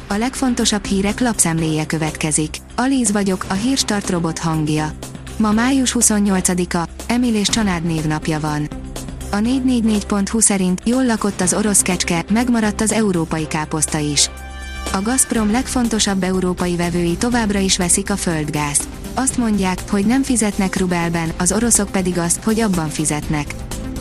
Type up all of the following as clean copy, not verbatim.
A legfontosabb hírek lapszemléje következik. Alíz vagyok, a Hírstart robot hangja. Ma május 28-a, Emil és Csanád névnapja van. A 444.hu szerint jól lakott az orosz kecske, megmaradt az európai káposzta is. A Gazprom legfontosabb európai vevői továbbra is veszik a földgázt. Azt mondják, hogy nem fizetnek rubelben, az oroszok pedig azt, hogy abban fizetnek.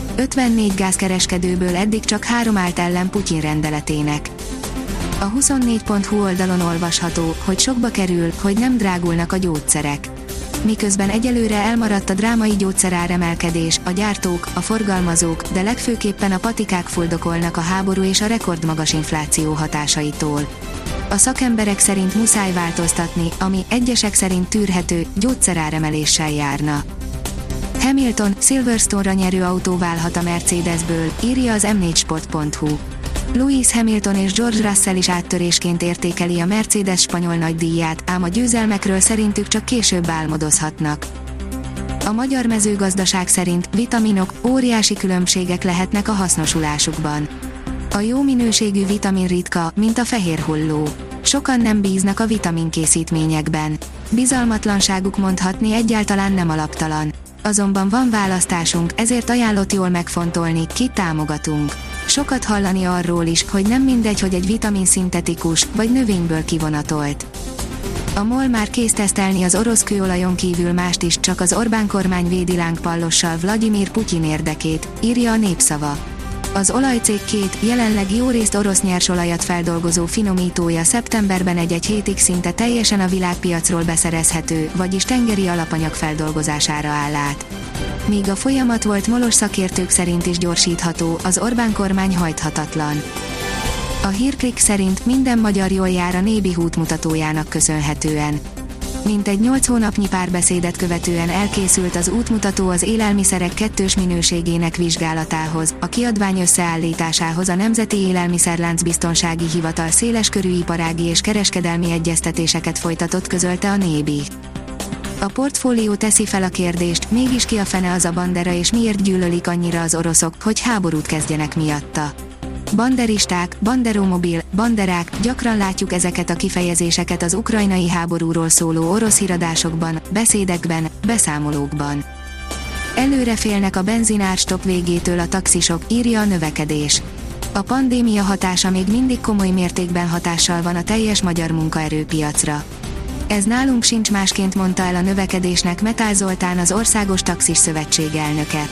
54 gázkereskedőből eddig csak 3 állt ellen Putyin rendeletének. A 24.hu oldalon olvasható, hogy sokba kerül, hogy nem drágulnak a gyógyszerek. Miközben egyelőre elmaradt a drámai gyógyszeráremelkedés, a gyártók, a forgalmazók, de legfőképpen a patikák fuldokolnak a háború és a rekordmagas infláció hatásaitól. A szakemberek szerint muszáj változtatni, ami egyesek szerint tűrhető, gyógyszeráremeléssel járna. Hamilton, Silverstone-ra nyerő autó válhat a Mercedesből, írja az m4sport.hu. Lewis Hamilton és George Russell is áttörésként értékeli a Mercedes spanyol nagydíját, ám a győzelmekről szerintük csak később álmodozhatnak. A magyar mezőgazdaság szerint vitaminok, óriási különbségek lehetnek a hasznosulásukban. A jó minőségű vitamin ritka, mint a fehérholló. Sokan nem bíznak a vitaminkészítményekben. Bizalmatlanságuk mondhatni egyáltalán nem alaptalan. Azonban van választásunk, ezért ajánlott jól megfontolni, kit támogatunk. Sokat hallani arról is, hogy nem mindegy, hogy egy vitamin szintetikus, vagy növényből kivonatolt. A MOL már kész tesztelni az orosz kőolajon kívül mást is, csak az Orbán kormány védi lángpallossal Vladimir Putyin érdekét, írja a Népszava. Az olajcég jelenleg jó részt orosz nyersolajat feldolgozó finomítója szeptemberben egy hétig szinte teljesen a világpiacról beszerezhető, vagyis tengeri alapanyag feldolgozására áll át. Míg a folyamat volt molos szakértők szerint is gyorsítható, az Orbán kormány hajthatatlan. A Hírklik szerint minden magyar jól jár a Nébi útmutatójának köszönhetően. Mintegy 8 hónapnyi párbeszédet követően elkészült az útmutató az élelmiszerek kettős minőségének vizsgálatához, a kiadvány összeállításához a Nemzeti Élelmiszerláncbiztonsági Hivatal széleskörű iparági és kereskedelmi egyeztetéseket folytatott, közölte a Nébi. A Portfólió teszi fel a kérdést, mégis ki a fene az a Bandera és miért gyűlölik annyira az oroszok, hogy háborút kezdjenek miatta. Banderisták, banderomobil, banderák, gyakran látjuk ezeket a kifejezéseket az ukrajnai háborúról szóló orosz híradásokban, beszédekben, beszámolókban. Előre félnek a benzinárstopp végétől a taxisok, írja a Növekedés. A pandémia hatása még mindig komoly mértékben hatással van a teljes magyar munkaerőpiacra. Ez nálunk sincs másként, mondta el a Növekedésnek Metál Zoltán, az Országos Taxis Szövetség elnöke.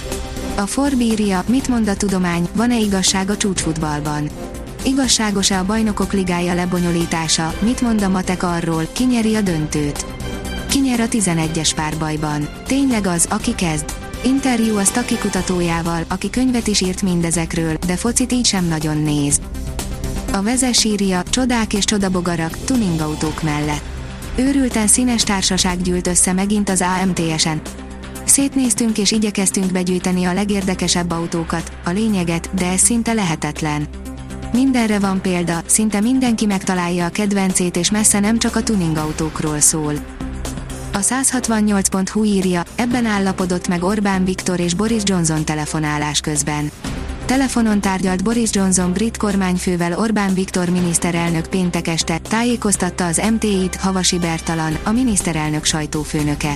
A Forbes írja, mit mond a tudomány, van-e igazság a csúcsfutballban? Igazságos-e a Bajnokok Ligája lebonyolítása, mit mond a matek arról, ki nyeri a döntőt? Ki nyer a 11-es párbajban? Tényleg az, aki kezd? Interjú a Staki kutatójával, aki könyvet is írt mindezekről, de focit így sem nagyon néz. A Vezes írja, csodák és csodabogarak, tuningautók mellett. Őrülten színes társaság gyűlt össze megint az AMTS-en. Szétnéztünk és igyekeztünk begyűjteni a legérdekesebb autókat, a lényeget, de ez szinte lehetetlen. Mindenre van példa, szinte mindenki megtalálja a kedvencét, és messze nem csak a tuningautókról szól. A 168.hu írja, ebben állapodott meg Orbán Viktor és Boris Johnson telefonálás közben. Telefonon tárgyalt Boris Johnson brit kormányfővel Orbán Viktor miniszterelnök péntek este, tájékoztatta az MTI-t Havasi Bertalan, a miniszterelnök sajtófőnöke.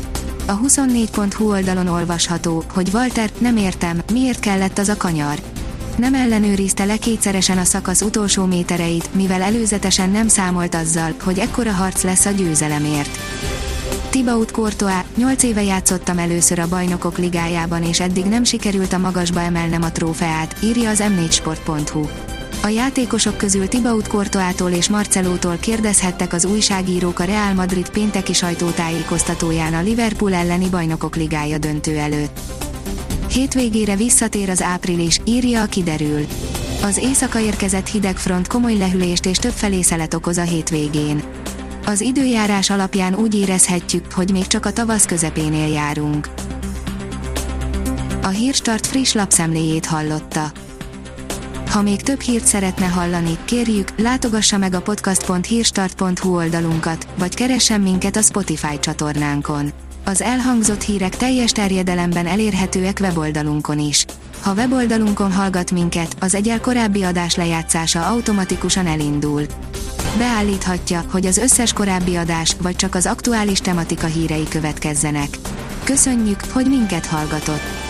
A 24.hu oldalon olvasható, hogy Walter, nem értem, miért kellett az a kanyar. Nem ellenőrizte le kétszeresen a szakasz utolsó métereit, mivel előzetesen nem számolt azzal, hogy ekkora harc lesz a győzelemért. Thibaut Courtois, 8 éve játszottam először a Bajnokok Ligájában, és eddig nem sikerült a magasba emelnem a trófeát, írja az m4sport.hu. A játékosok közül Thibaut Courtoistól és Marcelótól kérdezhettek az újságírók a Real Madrid pénteki sajtótájékoztatóján a Liverpool elleni Bajnokok Ligája döntő előtt. Hétvégére visszatér az április, írja a Kiderül. Az éjszaka érkezett hideg front komoly lehűlést és többfelé szelet okoz a hétvégén. Az időjárás alapján úgy érezhetjük, hogy még csak a tavasz közepénél járunk. A Hírstart friss lapszemléjét hallotta. Ha még több hírt szeretne hallani, kérjük, látogassa meg a podcast.hírstart.hu oldalunkat, vagy keressen minket a Spotify csatornánkon. Az elhangzott hírek teljes terjedelemben elérhetőek weboldalunkon is. Ha weboldalunkon hallgat minket, az egyel korábbi adás lejátszása automatikusan elindul. Beállíthatja, hogy az összes korábbi adás, vagy csak az aktuális tematika hírei következzenek. Köszönjük, hogy minket hallgatott!